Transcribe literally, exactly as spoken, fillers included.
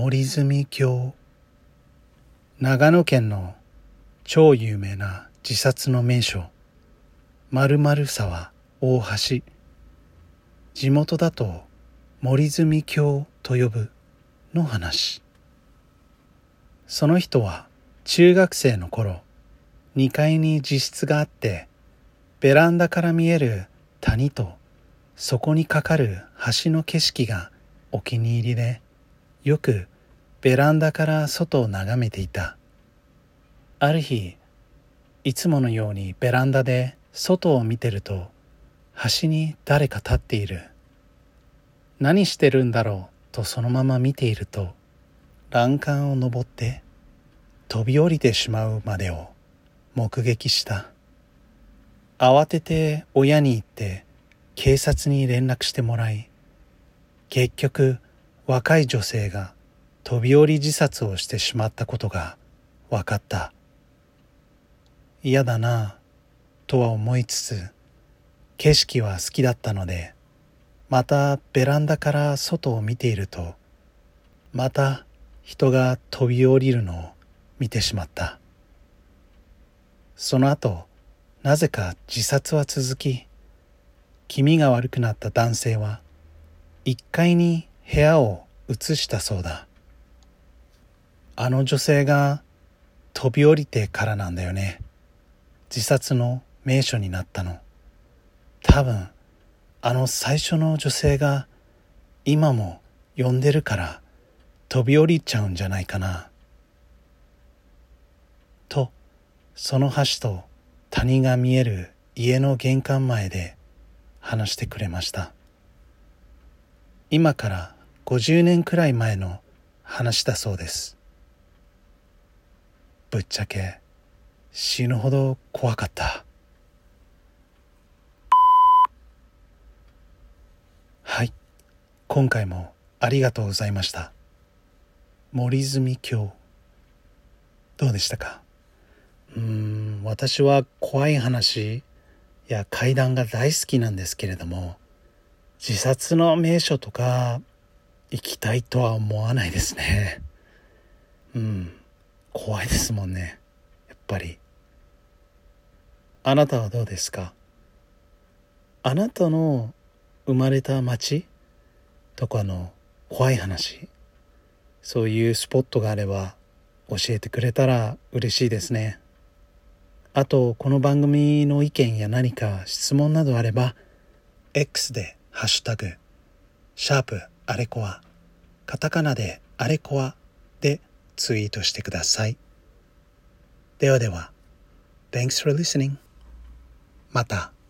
森住峡。長野県の超有名な自殺の名所、〇〇沢大橋。地元だと森住峡と呼ぶの話。その人は中学生の頃、にかいに自室があって、ベランダから見える谷とそこにかかる橋の景色がお気に入りで、よくベランダから外を眺めていた。ある日、いつものようにベランダで外を見てると、橋に誰か立っている。何してるんだろうとそのまま見ていると、欄干を登って飛び降りてしまうまでを目撃した。慌てて親に言って警察に連絡してもらい、結局若い女性が飛び降り自殺をしてしまったことが分かった。嫌だなぁとは思いつつ、景色は好きだったので、またベランダから外を見ていると、また人が飛び降りるのを見てしまった。その後、なぜか自殺は続き、気味が悪くなった男性はいっかいに部屋を移したそうだ。あの女性が飛び降りてからなんだよね。自殺の名所になったの。多分あの最初の女性が今も呼んでるから飛び降りちゃうんじゃないかな。と、その橋と谷が見える家の玄関前で話してくれました。今からごじゅうねんくらい前の話だそうです。ぶっちゃけ死ぬほど怖かった。はい、今回もありがとうございました。森住峡、どうでしたか？うーん、私は怖い話や怪談が大好きなんですけれども、自殺の名所とか行きたいとは思わないですね。うん、怖いですもんね、やっぱり。あなたはどうですか？あなたの生まれた町とかの怖い話、そういうスポットがあれば教えてくれたら嬉しいですね。あと、この番組の意見や何か質問などあれば X でハッシュタグシャープあれこわ、カタカナであれこわでツイートしてください。ではでは、 Thanks for listening。また。